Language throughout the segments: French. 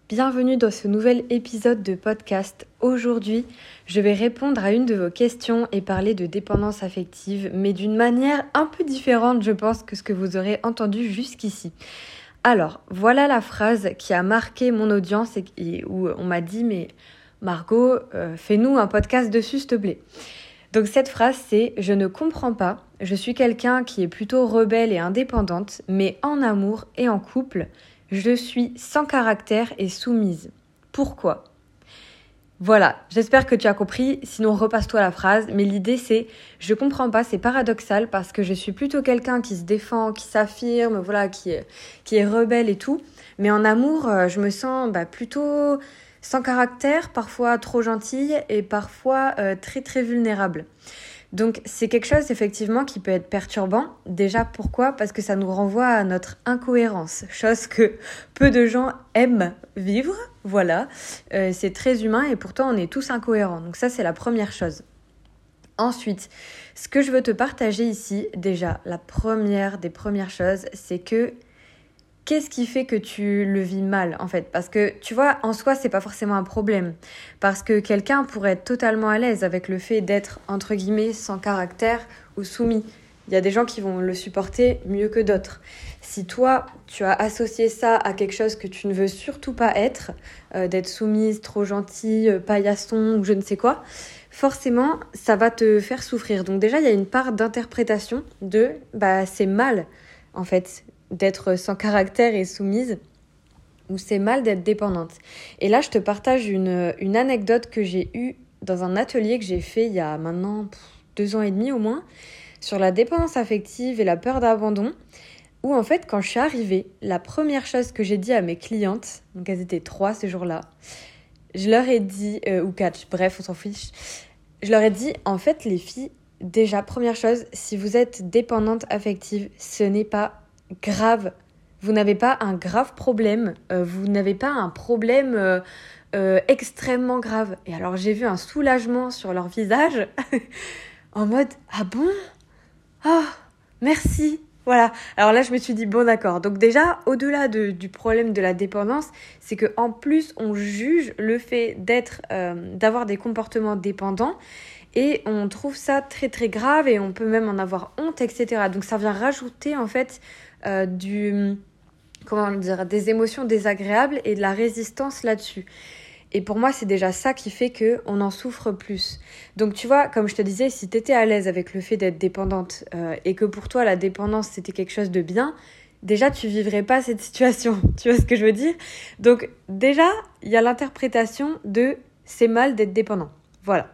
Bienvenue dans ce nouvel épisode de podcast. Aujourd'hui, je vais répondre à une de vos questions et parler de dépendance affective, mais d'une manière un peu différente, je pense, que ce que vous aurez entendu jusqu'ici. Alors, voilà la phrase qui a marqué mon audience et où on m'a dit « Mais Margot, fais-nous un podcast dessus, s'il te plaît ». Donc cette phrase, c'est « Je ne comprends pas, je suis quelqu'un qui est plutôt rebelle et indépendante, mais en amour et en couple, je suis sans caractère et soumise. Pourquoi ?» Voilà, j'espère que tu as compris, sinon repasse-toi la phrase, mais l'idée c'est « Je comprends pas, c'est paradoxal parce que je suis plutôt quelqu'un qui se défend, qui s'affirme, voilà, qui est rebelle et tout, mais en amour, je me sens plutôt sans caractère, parfois trop gentille et parfois très très vulnérable. » Donc c'est quelque chose effectivement qui peut être perturbant. Déjà pourquoi ? Parce que ça nous renvoie à notre incohérence, chose que peu de gens aiment vivre, voilà. C'est très humain et pourtant on est tous incohérents. Donc ça c'est la première chose. Ensuite, ce que je veux te partager ici, déjà la première des premières choses, c'est que qu'est-ce qui fait que tu le vis mal en fait ? Parce que tu vois, en soi, c'est pas forcément un problème. Parce que quelqu'un pourrait être totalement à l'aise avec le fait d'être, entre guillemets, sans caractère ou soumis. Il y a des gens qui vont le supporter mieux que d'autres. Si toi, tu as associé ça à quelque chose que tu ne veux surtout pas être, d'être soumise, trop gentille, paillasson ou je ne sais quoi, forcément, ça va te faire souffrir. Donc déjà, il y a une part d'interprétation de « c'est mal » en fait d'être sans caractère et soumise, ou c'est mal d'être dépendante. Et là, je te partage une anecdote que j'ai eue dans un atelier que j'ai fait il y a maintenant 2 ans et demi au moins, sur la dépendance affective et la peur d'abandon, où en fait, quand je suis arrivée, la première chose que j'ai dit à mes clientes, donc elles étaient 3 ce jour-là, je leur ai dit, ou 4, bref, on s'en fiche, je leur ai dit, en fait, les filles, déjà, première chose, si vous êtes dépendante affective, ce n'est pas grave, vous n'avez pas un grave problème, vous n'avez pas un problème extrêmement grave. Et alors j'ai vu un soulagement sur leur visage en mode « Ah bon ? Ah, merci !» Voilà. Alors là, je me suis dit, bon d'accord. Donc déjà, au-delà du problème de la dépendance, c'est qu'en plus, on juge le fait d'avoir des comportements dépendants et on trouve ça très très grave et on peut même en avoir honte, etc. Donc ça vient rajouter en fait des émotions désagréables et de la résistance là-dessus. Et pour moi, c'est déjà ça qui fait qu'on en souffre plus. Donc tu vois, comme je te disais, si tu étais à l'aise avec le fait d'être dépendante et que pour toi, la dépendance, c'était quelque chose de bien, déjà, tu vivrais pas cette situation. Tu vois ce que je veux dire ? Donc déjà, il y a l'interprétation de « c'est mal d'être dépendant ». Voilà.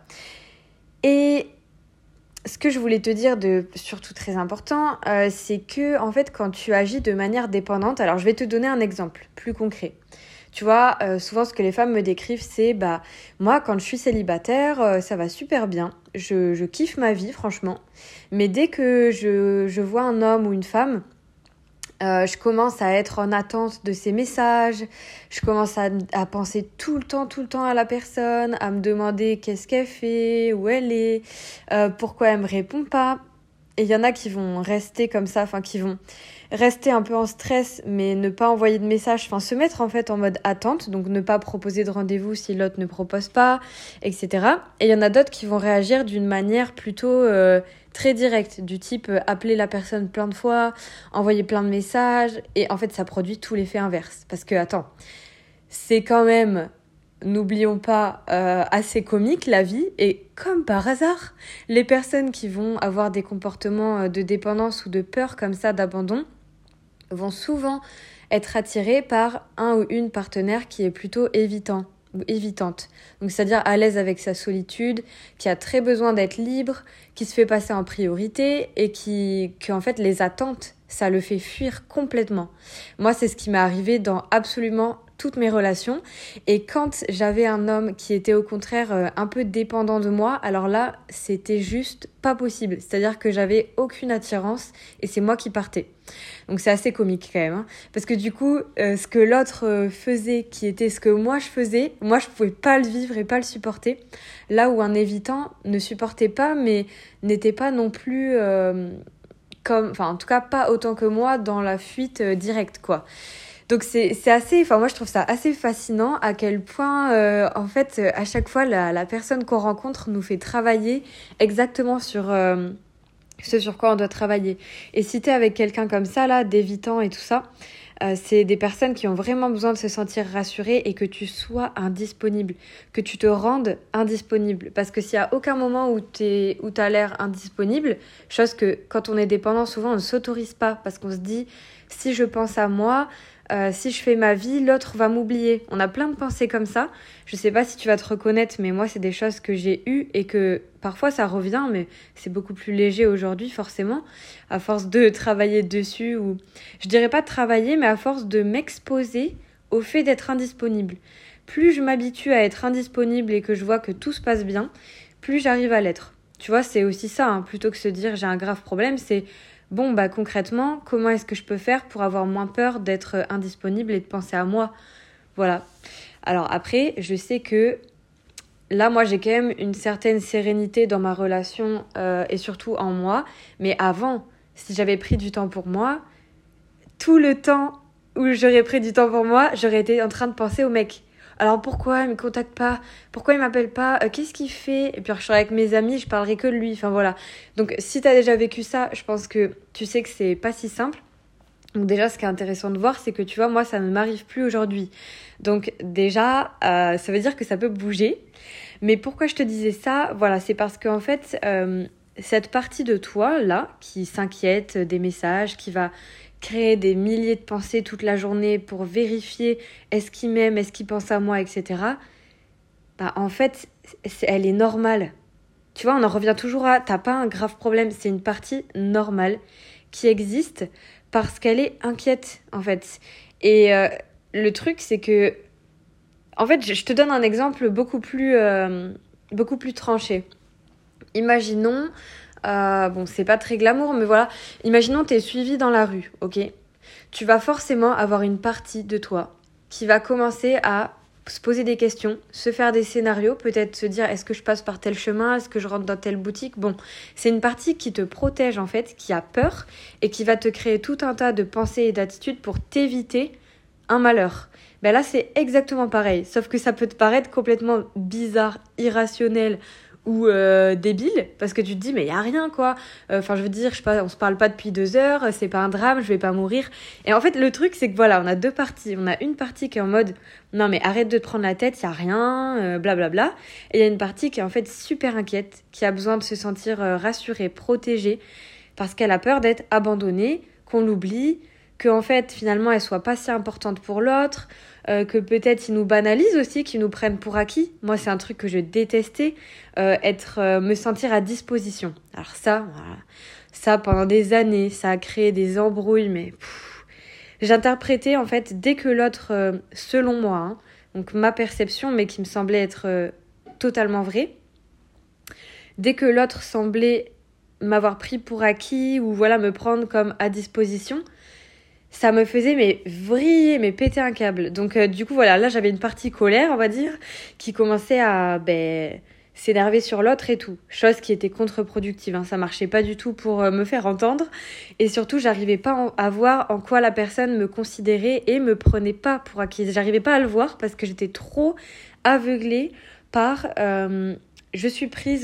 Et ce que je voulais te dire de surtout très important, c'est que en fait, quand tu agis de manière dépendante, alors je vais te donner un exemple plus concret. Tu vois, souvent ce que les femmes me décrivent, c'est moi quand je suis célibataire, ça va super bien, je kiffe ma vie franchement, mais dès que je vois un homme ou une femme, je commence à être en attente de ses messages, je commence à penser tout le temps à la personne, à me demander qu'est-ce qu'elle fait, où elle est, pourquoi elle me répond pas. Et il y en a qui vont rester comme ça, qui vont rester un peu en stress, mais ne pas envoyer de messages, se mettre en fait en mode attente, donc ne pas proposer de rendez-vous si l'autre ne propose pas, etc. Et il y en a d'autres qui vont réagir d'une manière plutôt très directe, du type appeler la personne plein de fois, envoyer plein de messages, et en fait ça produit tout l'effet inverse. Parce que, attends, c'est quand même... N'oublions pas, assez comique la vie, et comme par hasard, les personnes qui vont avoir des comportements de dépendance ou de peur comme ça, d'abandon, vont souvent être attirées par un ou une partenaire qui est plutôt évitant ou évitante. Donc c'est-à-dire à l'aise avec sa solitude, qui a très besoin d'être libre, qui se fait passer en priorité et qui en fait les attentes, ça le fait fuir complètement. Moi, c'est ce qui m'est arrivé dans absolument toutes mes relations, et quand j'avais un homme qui était au contraire un peu dépendant de moi, alors là c'était juste pas possible, c'est-à-dire que j'avais aucune attirance et c'est moi qui partais. Donc c'est assez comique quand même, hein, parce que du coup ce que l'autre faisait, qui était ce que moi je faisais, moi je pouvais pas le vivre et pas le supporter, là où un évitant ne supportait pas mais n'était pas non plus en tout cas pas autant que moi dans la fuite directe quoi. Donc c'est assez, enfin moi je trouve ça assez fascinant à quel point en fait à chaque fois la personne qu'on rencontre nous fait travailler exactement sur ce sur quoi on doit travailler. Et si t'es avec quelqu'un comme ça là, d'évitant et tout ça, c'est des personnes qui ont vraiment besoin de se sentir rassurées et que tu sois indisponible, que tu te rendes indisponible. Parce que s'il y a aucun moment où t'as l'air indisponible, chose que quand on est dépendant, souvent on ne s'autorise pas parce qu'on se dit si je pense à moi, si je fais ma vie, l'autre va m'oublier. On a plein de pensées comme ça. Je sais pas si tu vas te reconnaître, mais moi c'est des choses que j'ai eues et que parfois ça revient, mais c'est beaucoup plus léger aujourd'hui forcément, à force de travailler dessus ou je dirais pas de travailler, mais à force de m'exposer au fait d'être indisponible. Plus je m'habitue à être indisponible et que je vois que tout se passe bien, plus j'arrive à l'être. Tu vois, c'est aussi ça, hein, plutôt que se dire j'ai un grave problème, c'est bon, bah concrètement, comment est-ce que je peux faire pour avoir moins peur d'être indisponible et de penser à moi? Voilà. Alors après, je sais que là, moi, j'ai quand même une certaine sérénité dans ma relation et surtout en moi. Mais avant, si j'avais pris du temps pour moi, tout le temps où j'aurais pris du temps pour moi, j'aurais été en train de penser au mec. Alors pourquoi il me contacte pas? Pourquoi il m'appelle pas? Qu'est-ce qu'il fait? Et puis je serais avec mes amis, je parlerai que de lui. Enfin voilà. Donc si t'as déjà vécu ça, je pense que tu sais que c'est pas si simple. Donc déjà, ce qui est intéressant de voir, c'est que tu vois, moi, ça ne m'arrive plus aujourd'hui. Donc déjà, ça veut dire que ça peut bouger. Mais pourquoi je te disais ça? Voilà, c'est parce qu'en fait, cette partie de toi, là, qui s'inquiète des messages, qui va créer des milliers de pensées toute la journée pour vérifier est-ce qu'il m'aime, est-ce qu'il pense à moi, etc. Bah, en fait, elle est normale. Tu vois, on en revient toujours à t'as pas un grave problème, c'est une partie normale qui existe parce qu'elle est inquiète, en fait. Et le truc, c'est que en fait, je te donne un exemple beaucoup plus tranché. Imaginons, bon, c'est pas très glamour, mais voilà. Imaginons t'es suivi dans la rue, ok? Tu vas forcément avoir une partie de toi qui va commencer à se poser des questions, se faire des scénarios, peut-être se dire est-ce que je passe par tel chemin, est-ce que je rentre dans telle boutique. Bon, c'est une partie qui te protège en fait, qui a peur et qui va te créer tout un tas de pensées et d'attitudes pour t'éviter un malheur. Ben là, c'est exactement pareil, sauf que ça peut te paraître complètement bizarre, irrationnel ou débile, parce que tu te dis, mais il n'y a rien, quoi. Enfin, je veux dire, je sais pas, on se parle pas depuis 2 heures, c'est pas un drame, je vais pas mourir. Et en fait, le truc, c'est que voilà, on a deux parties. On a une partie qui est en mode, non, mais arrête de te prendre la tête, il n'y a rien, blablabla. Et il y a une partie qui est en fait super inquiète, qui a besoin de se sentir rassurée, protégée, parce qu'elle a peur d'être abandonnée, qu'on l'oublie, qu'en fait, finalement, elle soit pas si importante pour l'autre, que peut-être ils nous banalisent aussi, qu'ils nous prennent pour acquis. Moi, c'est un truc que je détestais, me sentir à disposition. Alors ça, voilà, ça, pendant des années, ça a créé des embrouilles, mais j'interprétais, en fait, dès que l'autre, selon moi, hein, donc ma perception, mais qui me semblait être totalement vraie, dès que l'autre semblait m'avoir pris pour acquis ou voilà me prendre comme à disposition, ça me faisait vriller, péter un câble. Donc du coup voilà, là j'avais une partie colère, on va dire, qui commençait à s'énerver sur l'autre et tout. Chose qui était contre-productive, hein. Ça marchait pas du tout pour me faire entendre. Et surtout, j'arrivais pas à voir en quoi la personne me considérait et me prenait pas pour acquise. J'arrivais pas à le voir parce que j'étais trop aveuglée par je suis prise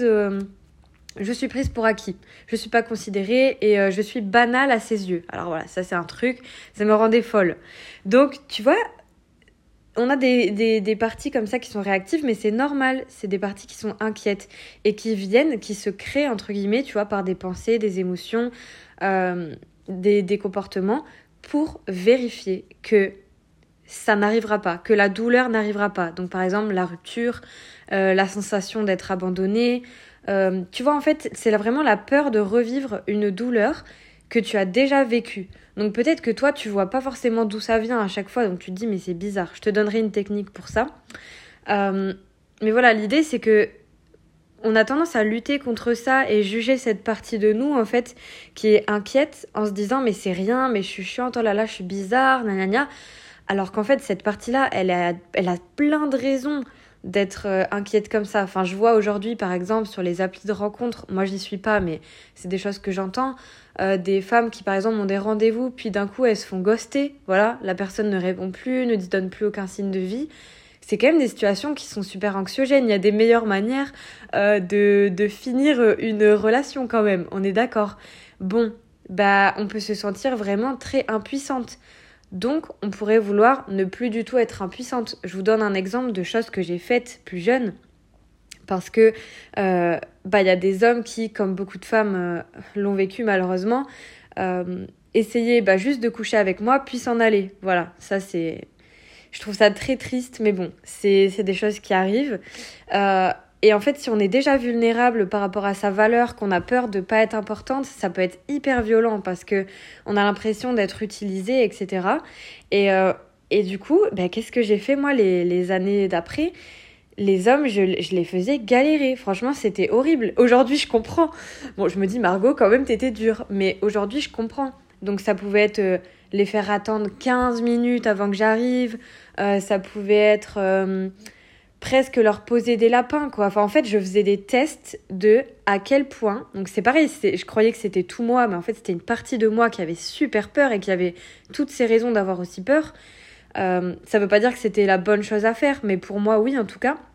pour acquis. Je suis pas considérée et je suis banale à ses yeux. Alors voilà, ça c'est un truc, ça me rendait folle. Donc, tu vois, on a des parties comme ça qui sont réactives, mais c'est normal. C'est des parties qui sont inquiètes et qui se créent, entre guillemets, tu vois, par des pensées, des émotions, des comportements pour vérifier que ça n'arrivera pas, que la douleur n'arrivera pas. Donc, par exemple, la rupture, la sensation d'être abandonné. Tu vois, en fait, c'est vraiment la peur de revivre une douleur que tu as déjà vécue. Donc peut-être que toi, tu vois pas forcément d'où ça vient à chaque fois, donc tu te dis, mais c'est bizarre. Je te donnerai une technique pour ça. Mais voilà, l'idée, c'est que on a tendance à lutter contre ça et juger cette partie de nous, en fait, qui est inquiète en se disant, mais c'est rien, mais je suis chiante, oh là là, je suis bizarre, gna gna gna. Alors qu'en fait, cette partie-là, elle a plein de raisons d'être inquiète comme ça. Enfin, je vois aujourd'hui, par exemple, sur les applis de rencontres, moi, j'y suis pas, mais c'est des choses que j'entends, des femmes qui, par exemple, ont des rendez-vous, puis d'un coup, elles se font ghoster. Voilà, la personne ne répond plus, ne donne plus aucun signe de vie. C'est quand même des situations qui sont super anxiogènes. Il y a des meilleures manières de finir une relation quand même, on est d'accord. Bon, on peut se sentir vraiment très impuissante. Donc, on pourrait vouloir ne plus du tout être impuissante. Je vous donne un exemple de choses que j'ai faites plus jeune. Parce que y a des hommes qui, comme beaucoup de femmes l'ont vécu malheureusement, essayaient juste de coucher avec moi puis s'en aller. Voilà, ça c'est... Je trouve ça très triste, mais bon, c'est des choses qui arrivent. Et en fait, si on est déjà vulnérable par rapport à sa valeur, qu'on a peur de pas être importante, ça peut être hyper violent parce que on a l'impression d'être utilisé, etc. Et du coup, qu'est-ce que j'ai fait moi les années d'après ? Les hommes, je les faisais galérer. Franchement, c'était horrible. Aujourd'hui, je comprends. Bon, je me dis, Margot, quand même, t'étais dure. Mais aujourd'hui, je comprends. Donc, ça pouvait être les faire attendre 15 minutes avant que j'arrive. Ça pouvait être presque leur poser des lapins, quoi. Enfin, en fait, je faisais des tests de à quel point... Donc, c'est pareil, je croyais que c'était tout moi, mais en fait, c'était une partie de moi qui avait super peur et qui avait toutes ces raisons d'avoir aussi peur. Ça veut pas dire que c'était la bonne chose à faire, mais pour moi, oui, en tout cas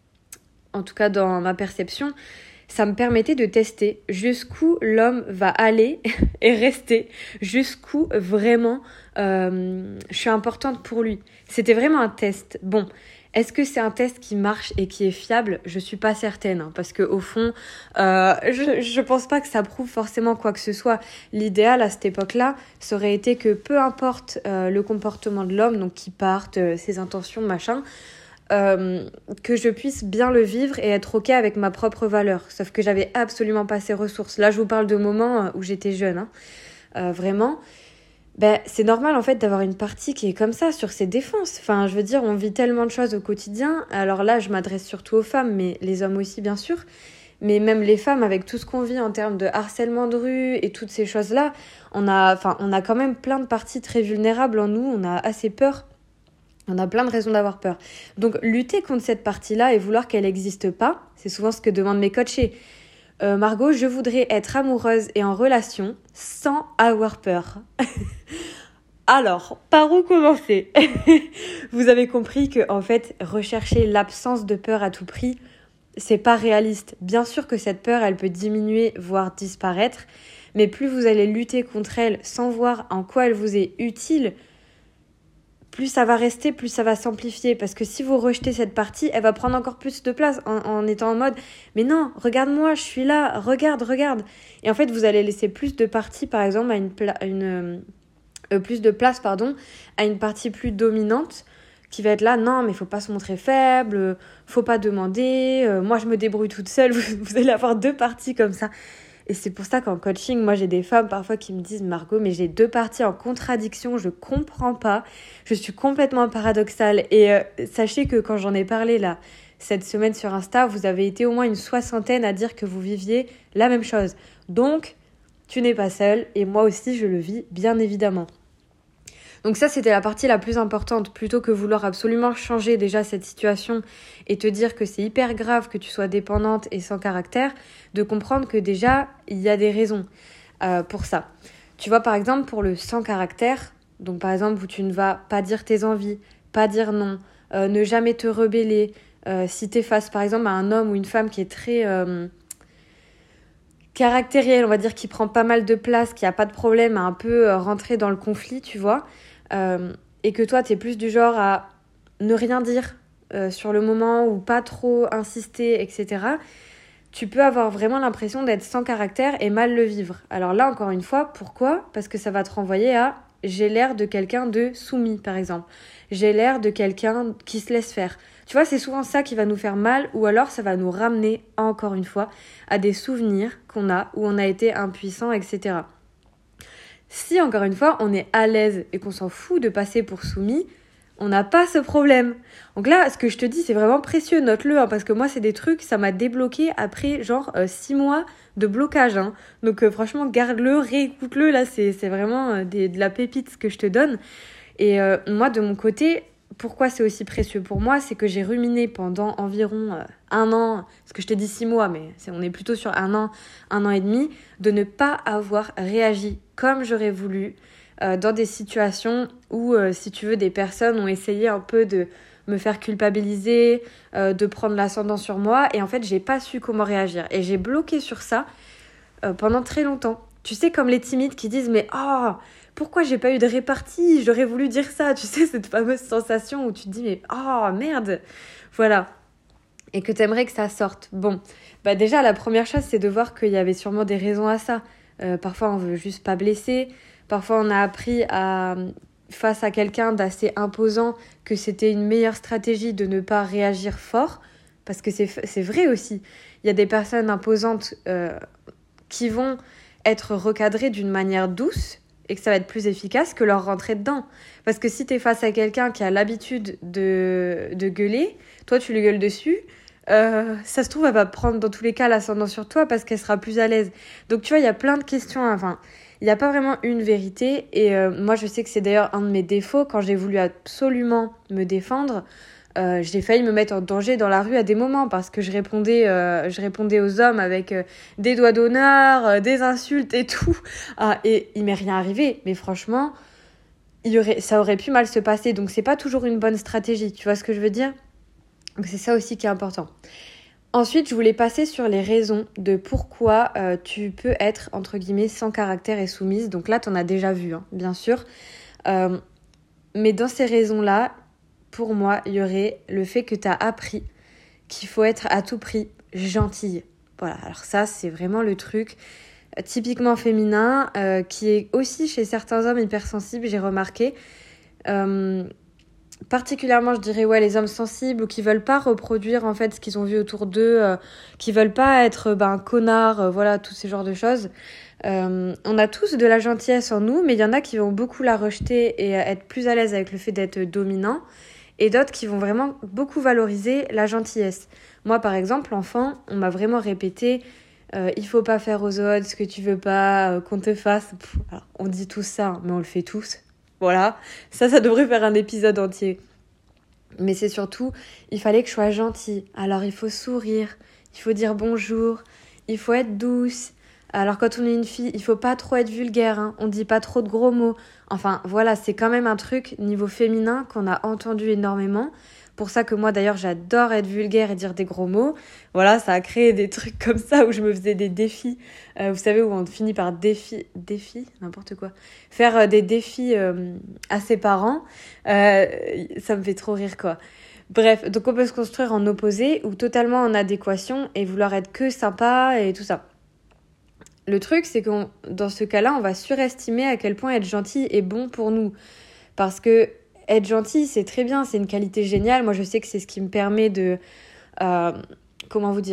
dans ma perception, ça me permettait de tester jusqu'où l'homme va aller et rester, jusqu'où vraiment je suis importante pour lui. C'était vraiment un test. Bon, est-ce que c'est un test qui marche et qui est fiable ? Je suis pas certaine, hein, parce que au fond, je pense pas que ça prouve forcément quoi que ce soit. L'idéal à cette époque-là, ça aurait été que peu importe le comportement de l'homme, donc qu'il parte, ses intentions, machin, que je puisse bien le vivre et être ok avec ma propre valeur. Sauf que j'avais absolument pas ces ressources. Là, je vous parle de moments où j'étais jeune, vraiment. C'est normal en fait d'avoir une partie qui est comme ça, sur ses défenses. Enfin, je veux dire, on vit tellement de choses au quotidien. Alors là, je m'adresse surtout aux femmes, mais les hommes aussi, bien sûr. Mais même les femmes, avec tout ce qu'on vit en termes de harcèlement de rue et toutes ces choses-là, on a quand même plein de parties très vulnérables en nous. On a assez peur. On a plein de raisons d'avoir peur. Donc, lutter contre cette partie-là et vouloir qu'elle n'existe pas, c'est souvent ce que demandent mes coachés. Margot, je voudrais être amoureuse et en relation sans avoir peur. Alors, par où commencer ? Vous avez compris que, en fait, rechercher l'absence de peur à tout prix, c'est pas réaliste. Bien sûr que cette peur, elle peut diminuer, voire disparaître, mais plus vous allez lutter contre elle sans voir en quoi elle vous est utile, plus ça va rester, plus ça va s'amplifier. Parce que si vous rejetez cette partie, elle va prendre encore plus de place en étant en mode « Mais non, regarde-moi, je suis là, regarde. » Et en fait, vous allez laisser plus de partie, par exemple, plus de place, à une partie plus dominante qui va être là « Non, mais faut pas se montrer faible, faut pas demander, moi je me débrouille toute seule. » Vous allez avoir deux parties comme ça. Et c'est pour ça qu'en coaching, moi j'ai des femmes parfois qui me disent « Margot, mais j'ai deux parties en contradiction, je comprends pas, je suis complètement paradoxale. » Et sachez que quand j'en ai parlé là, cette semaine sur Insta, vous avez été au moins une 60aine à dire que vous viviez la même chose. Donc, tu n'es pas seule et moi aussi je le vis, bien évidemment. Donc ça, c'était la partie la plus importante. Plutôt que vouloir absolument changer déjà cette situation et te dire que c'est hyper grave que tu sois dépendante et sans caractère, de comprendre que déjà, il y a des raisons pour ça. Tu vois, par exemple, pour le sans caractère, donc par exemple où tu ne vas pas dire tes envies, pas dire non, ne jamais te rebeller, si t'es face par exemple à un homme ou une femme qui est très... caractériel, on va dire, qui prend pas mal de place, qui a pas de problème à un peu rentrer dans le conflit, tu vois, et que toi, t'es plus du genre à ne rien dire sur le moment ou pas trop insister, etc., tu peux avoir vraiment l'impression d'être sans caractère et mal le vivre. Alors là, encore une fois, pourquoi ? Parce que ça va te renvoyer à « j'ai l'air de quelqu'un de soumis », par exemple. J'ai l'air de quelqu'un qui se laisse faire. Tu vois, c'est souvent ça qui va nous faire mal, ou alors ça va nous ramener, encore une fois, à des souvenirs qu'on a, où on a été impuissant, etc. Si, encore une fois, on est à l'aise et qu'on s'en fout de passer pour soumis, on n'a pas ce problème. Donc là, ce que je te dis, c'est vraiment précieux, note-le, parce que moi, c'est des trucs, ça m'a débloqué après 6 mois de blocage. Donc franchement, garde-le, réécoute-le, là, c'est vraiment de la pépite ce que je te donne. Et moi, de mon côté, pourquoi c'est aussi précieux pour moi, c'est que j'ai ruminé pendant environ 1 an, parce que je t'ai dit 6 mois, mais on est plutôt sur 1 an et demi, de ne pas avoir réagi comme j'aurais voulu dans des situations où, si tu veux, des personnes ont essayé un peu de me faire culpabiliser, de prendre l'ascendant sur moi, et en fait, j'ai pas su comment réagir. Et j'ai bloqué sur ça pendant très longtemps. Tu sais, comme les timides qui disent « Mais oh, pourquoi j'ai pas eu de répartie ? J'aurais voulu dire ça !» Tu sais, cette fameuse sensation où tu te dis « Mais oh, merde !» Voilà. Et que t'aimerais que ça sorte. Bon, bah déjà, la première chose, c'est de voir qu'il y avait sûrement des raisons à ça. Parfois, on veut juste pas blesser. Parfois, on a appris face à quelqu'un d'assez imposant que c'était une meilleure stratégie de ne pas réagir fort. Parce que c'est vrai aussi. Il y a des personnes imposantes qui vont être recadrées d'une manière douce et que ça va être plus efficace que leur rentrer dedans. Parce que si t'es face à quelqu'un qui a l'habitude de gueuler, toi tu lui gueules dessus, ça se trouve elle va prendre dans tous les cas l'ascendant sur toi parce qu'elle sera plus à l'aise. Donc tu vois, il y a plein de questions, enfin, il n'y a pas vraiment une vérité et moi je sais que c'est d'ailleurs un de mes défauts quand j'ai voulu absolument me défendre. J'ai failli me mettre en danger dans la rue à des moments parce que je répondais aux hommes avec des doigts d'honneur, des insultes et tout. Et il m'est rien arrivé, mais franchement, ça aurait pu mal se passer. Donc c'est pas toujours une bonne stratégie, tu vois ce que je veux dire ? Donc c'est ça aussi qui est important. Ensuite, je voulais passer sur les raisons de pourquoi tu peux être, entre guillemets, sans caractère et soumise. Donc là, t'en as déjà vu, hein, bien sûr. Mais dans ces raisons-là, pour moi, il y aurait le fait que tu as appris qu'il faut être à tout prix gentille. Voilà, alors ça, c'est vraiment le truc typiquement féminin qui est aussi chez certains hommes hypersensibles, j'ai remarqué. Particulièrement, je dirais, les hommes sensibles ou qui veulent pas reproduire en fait ce qu'ils ont vu autour d'eux, qui veulent pas être connard, voilà, tous ces genres de choses. On a tous de la gentillesse en nous, mais il y en a qui vont beaucoup la rejeter et être plus à l'aise avec le fait d'être dominant. Et d'autres qui vont vraiment beaucoup valoriser la gentillesse. Moi, par exemple, enfant, on m'a vraiment répété il faut pas faire aux autres ce que tu veux pas qu'on te fasse. Alors, on dit tout ça, mais on le fait tous. Voilà, ça devrait faire un épisode entier. Mais c'est surtout, il fallait que je sois gentille. Alors, il faut sourire, il faut dire bonjour, il faut être douce. Alors quand on est une fille, il faut pas trop être vulgaire, hein. On dit pas trop de gros mots. Enfin voilà, c'est quand même un truc niveau féminin qu'on a entendu énormément. Pour ça que moi d'ailleurs j'adore être vulgaire et dire des gros mots. Voilà, ça a créé des trucs comme ça où je me faisais des défis. Vous savez, où on finit par n'importe quoi. Faire des défis à ses parents. Ça me fait trop rire quoi. Bref, donc on peut se construire en opposé ou totalement en adéquation et vouloir être que sympa et tout ça. Le truc, c'est que dans ce cas-là, on va surestimer à quel point être gentil est bon pour nous. Parce que être gentil, c'est très bien, c'est une qualité géniale. Moi, je sais que c'est ce qui me permet de... comment vous dire ?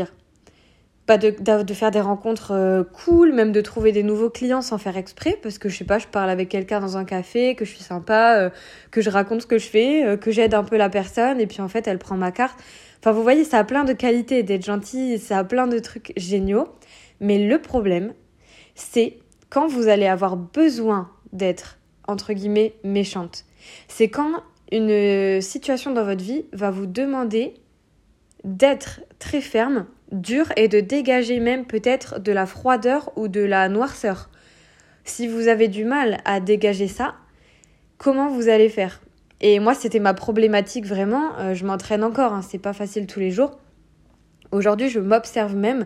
De faire des rencontres cool, même de trouver des nouveaux clients sans faire exprès. Parce que, je sais pas, je parle avec quelqu'un dans un café, que je suis sympa, que je raconte ce que je fais, que j'aide un peu la personne. Et puis, en fait, elle prend ma carte. Enfin, vous voyez, ça a plein de qualités d'être gentil. Ça a plein de trucs géniaux. Mais le problème, c'est quand vous allez avoir besoin d'être, entre guillemets, méchante. C'est quand une situation dans votre vie va vous demander d'être très ferme, dure et de dégager même peut-être de la froideur ou de la noirceur. Si vous avez du mal à dégager ça, comment vous allez faire ? Et moi, c'était ma problématique vraiment. Je m'entraîne encore, hein, c'est pas facile tous les jours. Aujourd'hui, je m'observe même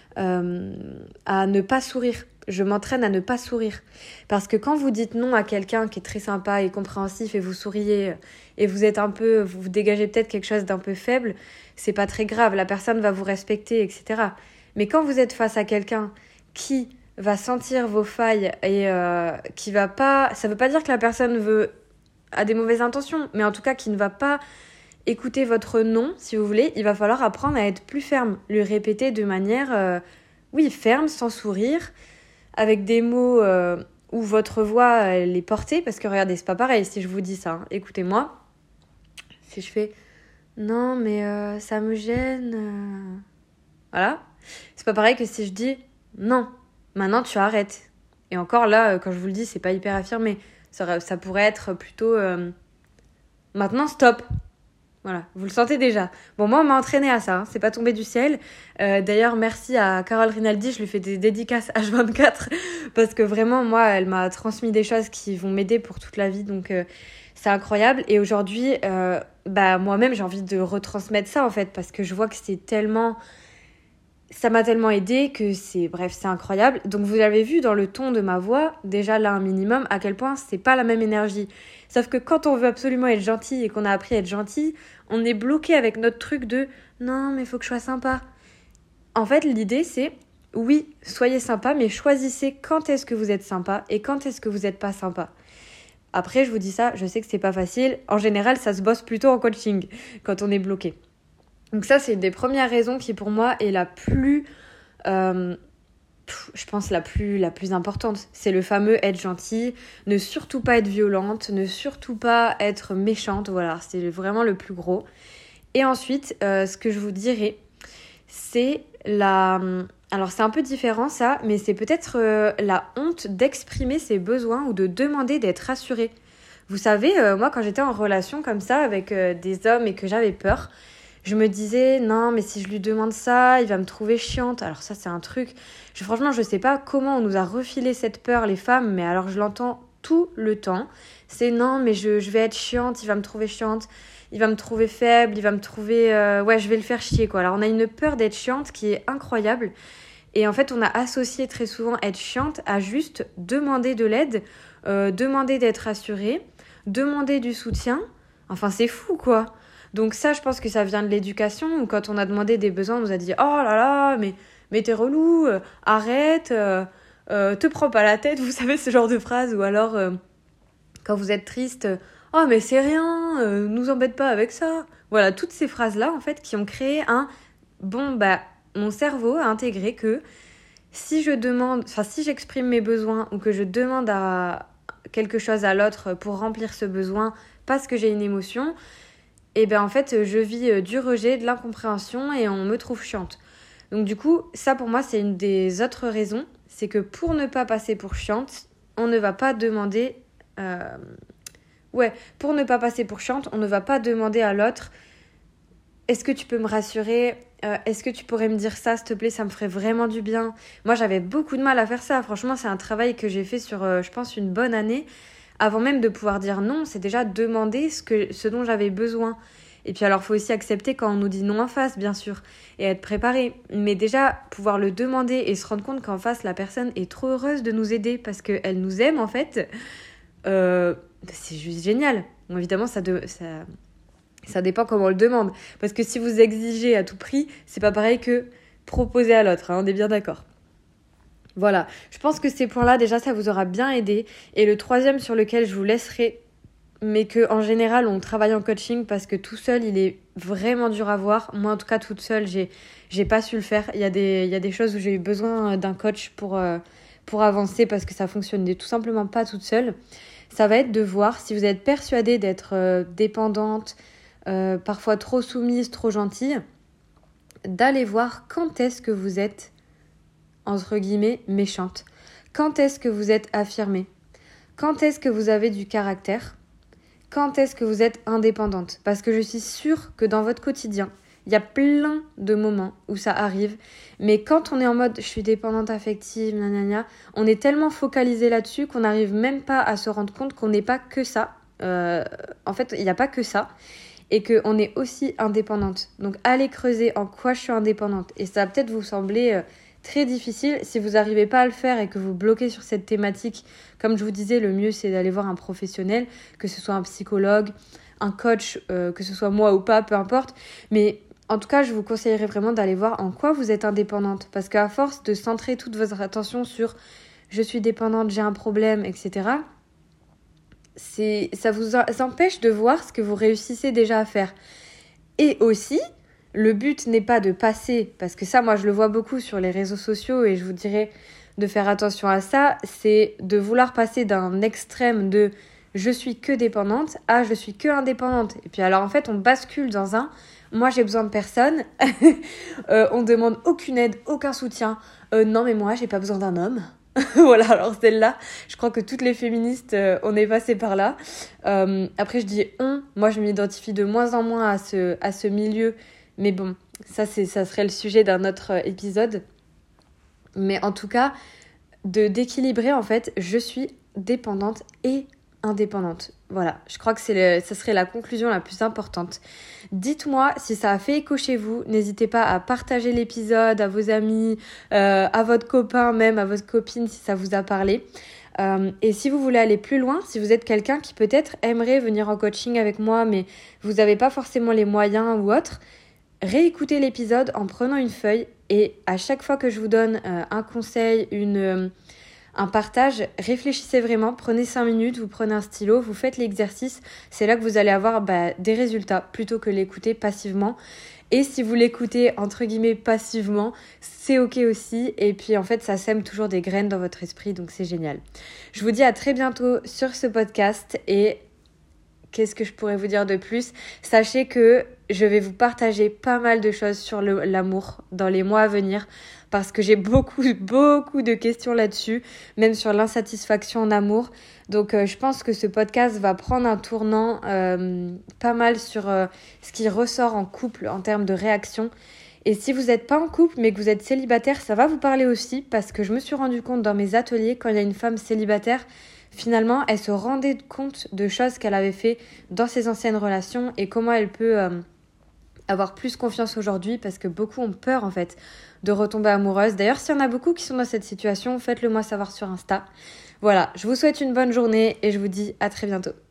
à ne pas sourire. Je m'entraîne à ne pas sourire. Parce que quand vous dites non à quelqu'un qui est très sympa et compréhensif et vous souriez et vous dégagez peut-être quelque chose d'un peu faible, c'est pas très grave. La personne va vous respecter, etc. Mais quand vous êtes face à quelqu'un qui va sentir vos failles et qui va pas... Ça veut pas dire que la personne a des mauvaises intentions, mais en tout cas qui ne va pas écouter votre non, si vous voulez, il va falloir apprendre à être plus ferme, lui répéter de manière, ferme, sans sourire, avec des mots où votre voix elle est portée, parce que regardez, c'est pas pareil si je vous dis ça, hein. Écoutez-moi, si je fais non mais ça me gêne, voilà, c'est pas pareil que si je dis non, maintenant tu arrêtes. Et encore là, quand je vous le dis, c'est pas hyper affirmé, ça pourrait être plutôt Maintenant, stop. Voilà, vous le sentez déjà. Bon, moi, on m'a entraîné à ça, hein. C'est pas tombé du ciel. D'ailleurs, merci à Carole Rinaldi, je lui fais des dédicaces H24 parce que vraiment, moi, elle m'a transmis des choses qui vont m'aider pour toute la vie. Donc, c'est incroyable. Et aujourd'hui, moi-même, j'ai envie de retransmettre ça, en fait, parce que je vois que ça m'a tellement aidé que c'est incroyable. Donc vous avez vu dans le ton de ma voix, déjà là un minimum, à quel point c'est pas la même énergie. Sauf que quand on veut absolument être gentil et qu'on a appris à être gentil, on est bloqué avec notre truc de non mais faut que je sois sympa. En fait l'idée c'est oui, soyez sympa mais choisissez quand est-ce que vous êtes sympa et quand est-ce que vous n'êtes pas sympa. Après je vous dis ça, je sais que c'est pas facile. En général ça se bosse plutôt en coaching quand on est bloqué. Donc ça, c'est une des premières raisons qui, pour moi, est la plus... je pense la plus importante. C'est le fameux être gentil, ne surtout pas être violente, ne surtout pas être méchante. Voilà, c'est vraiment le plus gros. Et ensuite, ce que je vous dirais, c'est la... Alors, c'est un peu différent, ça, mais c'est peut-être la honte d'exprimer ses besoins ou de demander d'être rassuré. Vous savez, moi, quand j'étais en relation comme ça avec des hommes et que j'avais peur... Je me disais, non, mais si je lui demande ça, il va me trouver chiante. Alors ça, c'est un truc... Franchement, je sais pas comment on nous a refilé cette peur, les femmes, mais alors je l'entends tout le temps. C'est non, mais je vais être chiante, il va me trouver chiante, il va me trouver faible, il va me trouver... je vais le faire chier, quoi. Alors on a une peur d'être chiante qui est incroyable. Et en fait, on a associé très souvent être chiante à juste demander de l'aide, demander d'être rassurée, demander du soutien. Enfin, c'est fou, quoi. Donc ça, je pense que ça vient de l'éducation, où quand on a demandé des besoins, on nous a dit « Oh là là, mais t'es relou, arrête, te prends pas la tête », vous savez, ce genre de phrase. Ou alors, quand vous êtes triste, « Oh mais c'est rien, nous embête pas avec ça ». Voilà, toutes ces phrases-là, en fait, qui ont créé mon cerveau a intégré que si j'exprime mes besoins ou que je demande à quelque chose à l'autre pour remplir ce besoin parce que j'ai une émotion... Et en fait, je vis du rejet, de l'incompréhension et on me trouve chiante. Donc du coup, ça pour moi, c'est une des autres raisons. C'est que pour ne pas passer pour chiante, on ne va pas demander... pour ne pas passer pour chiante, on ne va pas demander à l'autre « Est-ce que tu peux me rassurer ? Est-ce que tu pourrais me dire ça, s'il te plaît ? Ça me ferait vraiment du bien. » Moi, j'avais beaucoup de mal à faire ça. Franchement, c'est un travail que j'ai fait sur, je pense, une bonne année. Avant même de pouvoir dire non, c'est déjà demander ce dont j'avais besoin. Et puis alors, il faut aussi accepter quand on nous dit non en face, bien sûr, et être préparé. Mais déjà, pouvoir le demander et se rendre compte qu'en face, la personne est trop heureuse de nous aider parce qu'elle nous aime, en fait, c'est juste génial. Bon, évidemment, ça dépend comment on le demande. Parce que si vous exigez à tout prix, c'est pas pareil que proposer à l'autre, hein, on est bien d'accord. Voilà, je pense que ces points-là, déjà, ça vous aura bien aidé. Et le troisième sur lequel je vous laisserai, mais qu'en général, on travaille en coaching parce que tout seul, il est vraiment dur à voir. Moi, en tout cas, toute seule, j'ai pas su le faire. Il y a des choses où j'ai eu besoin d'un coach pour avancer parce que ça fonctionnait tout simplement pas toute seule. Ça va être de voir si vous êtes persuadée d'être dépendante, parfois trop soumise, trop gentille, d'aller voir quand est-ce que vous êtes entre guillemets, méchante. Quand est-ce que vous êtes affirmée ? Quand est-ce que vous avez du caractère ? Quand est-ce que vous êtes indépendante ? Parce que je suis sûre que dans votre quotidien, il y a plein de moments où ça arrive. Mais quand on est en mode « je suis dépendante affective », on est tellement focalisé là-dessus qu'on n'arrive même pas à se rendre compte qu'on n'est pas que ça. En fait, il n'y a pas que ça. Et qu'on est aussi indépendante. Donc, allez creuser en quoi je suis indépendante. Et ça va peut-être vous sembler... très difficile. Si vous n'arrivez pas à le faire et que vous bloquez sur cette thématique, comme je vous disais, le mieux c'est d'aller voir un professionnel, que ce soit un psychologue, un coach, que ce soit moi ou pas, peu importe. Mais en tout cas, je vous conseillerais vraiment d'aller voir en quoi vous êtes indépendante. Parce qu'à force de centrer toute votre attention sur « je suis dépendante, j'ai un problème », etc., ça vous empêche de voir ce que vous réussissez déjà à faire. Et aussi... le but n'est pas de passer, parce que ça, moi, je le vois beaucoup sur les réseaux sociaux et je vous dirais de faire attention à ça, c'est de vouloir passer d'un extrême de « je suis que dépendante » à « je suis que indépendante ». Et puis alors, en fait, on bascule dans un « moi, j'ai besoin de personne », on demande aucune aide, aucun soutien. « Non, mais moi, j'ai pas besoin d'un homme ». Voilà, alors celle-là, je crois que toutes les féministes, on est passé par là. Après, je dis on, moi je m'identifie de moins en moins à ce milieu, mais bon, ça serait le sujet d'un autre épisode. Mais en tout cas, d'équilibrer, en fait, je suis dépendante et indépendante. Voilà, je crois que ça serait la conclusion la plus importante. Dites-moi si ça a fait écho chez vous. N'hésitez pas à partager l'épisode à vos amis, à votre copain même, à votre copine si ça vous a parlé. Et si vous voulez aller plus loin, si vous êtes quelqu'un qui peut-être aimerait venir en coaching avec moi, mais vous n'avez pas forcément les moyens ou autre, réécoutez l'épisode en prenant une feuille et à chaque fois que je vous donne un conseil, un partage, réfléchissez vraiment, prenez 5 minutes, vous prenez un stylo, vous faites l'exercice, c'est là que vous allez avoir des résultats plutôt que l'écouter passivement. Et si vous l'écoutez entre guillemets passivement, c'est ok aussi. Et puis en fait, ça sème toujours des graines dans votre esprit, donc c'est génial. Je vous dis à très bientôt sur ce podcast et qu'est-ce que je pourrais vous dire de plus ? Sachez que je vais vous partager pas mal de choses sur l'amour dans les mois à venir parce que j'ai beaucoup de questions là-dessus, même sur l'insatisfaction en amour. Donc je pense que ce podcast va prendre un tournant pas mal sur ce qui ressort en couple en termes de réaction. Et si vous n'êtes pas en couple mais que vous êtes célibataire, ça va vous parler aussi parce que je me suis rendu compte dans mes ateliers quand il y a une femme célibataire, finalement, elle se rendait compte de choses qu'elle avait fait dans ses anciennes relations et comment elle peut avoir plus confiance aujourd'hui parce que beaucoup ont peur en fait de retomber amoureuse. D'ailleurs, s'il y en a beaucoup qui sont dans cette situation, faites-le moi savoir sur Insta. Voilà, je vous souhaite une bonne journée et je vous dis à très bientôt.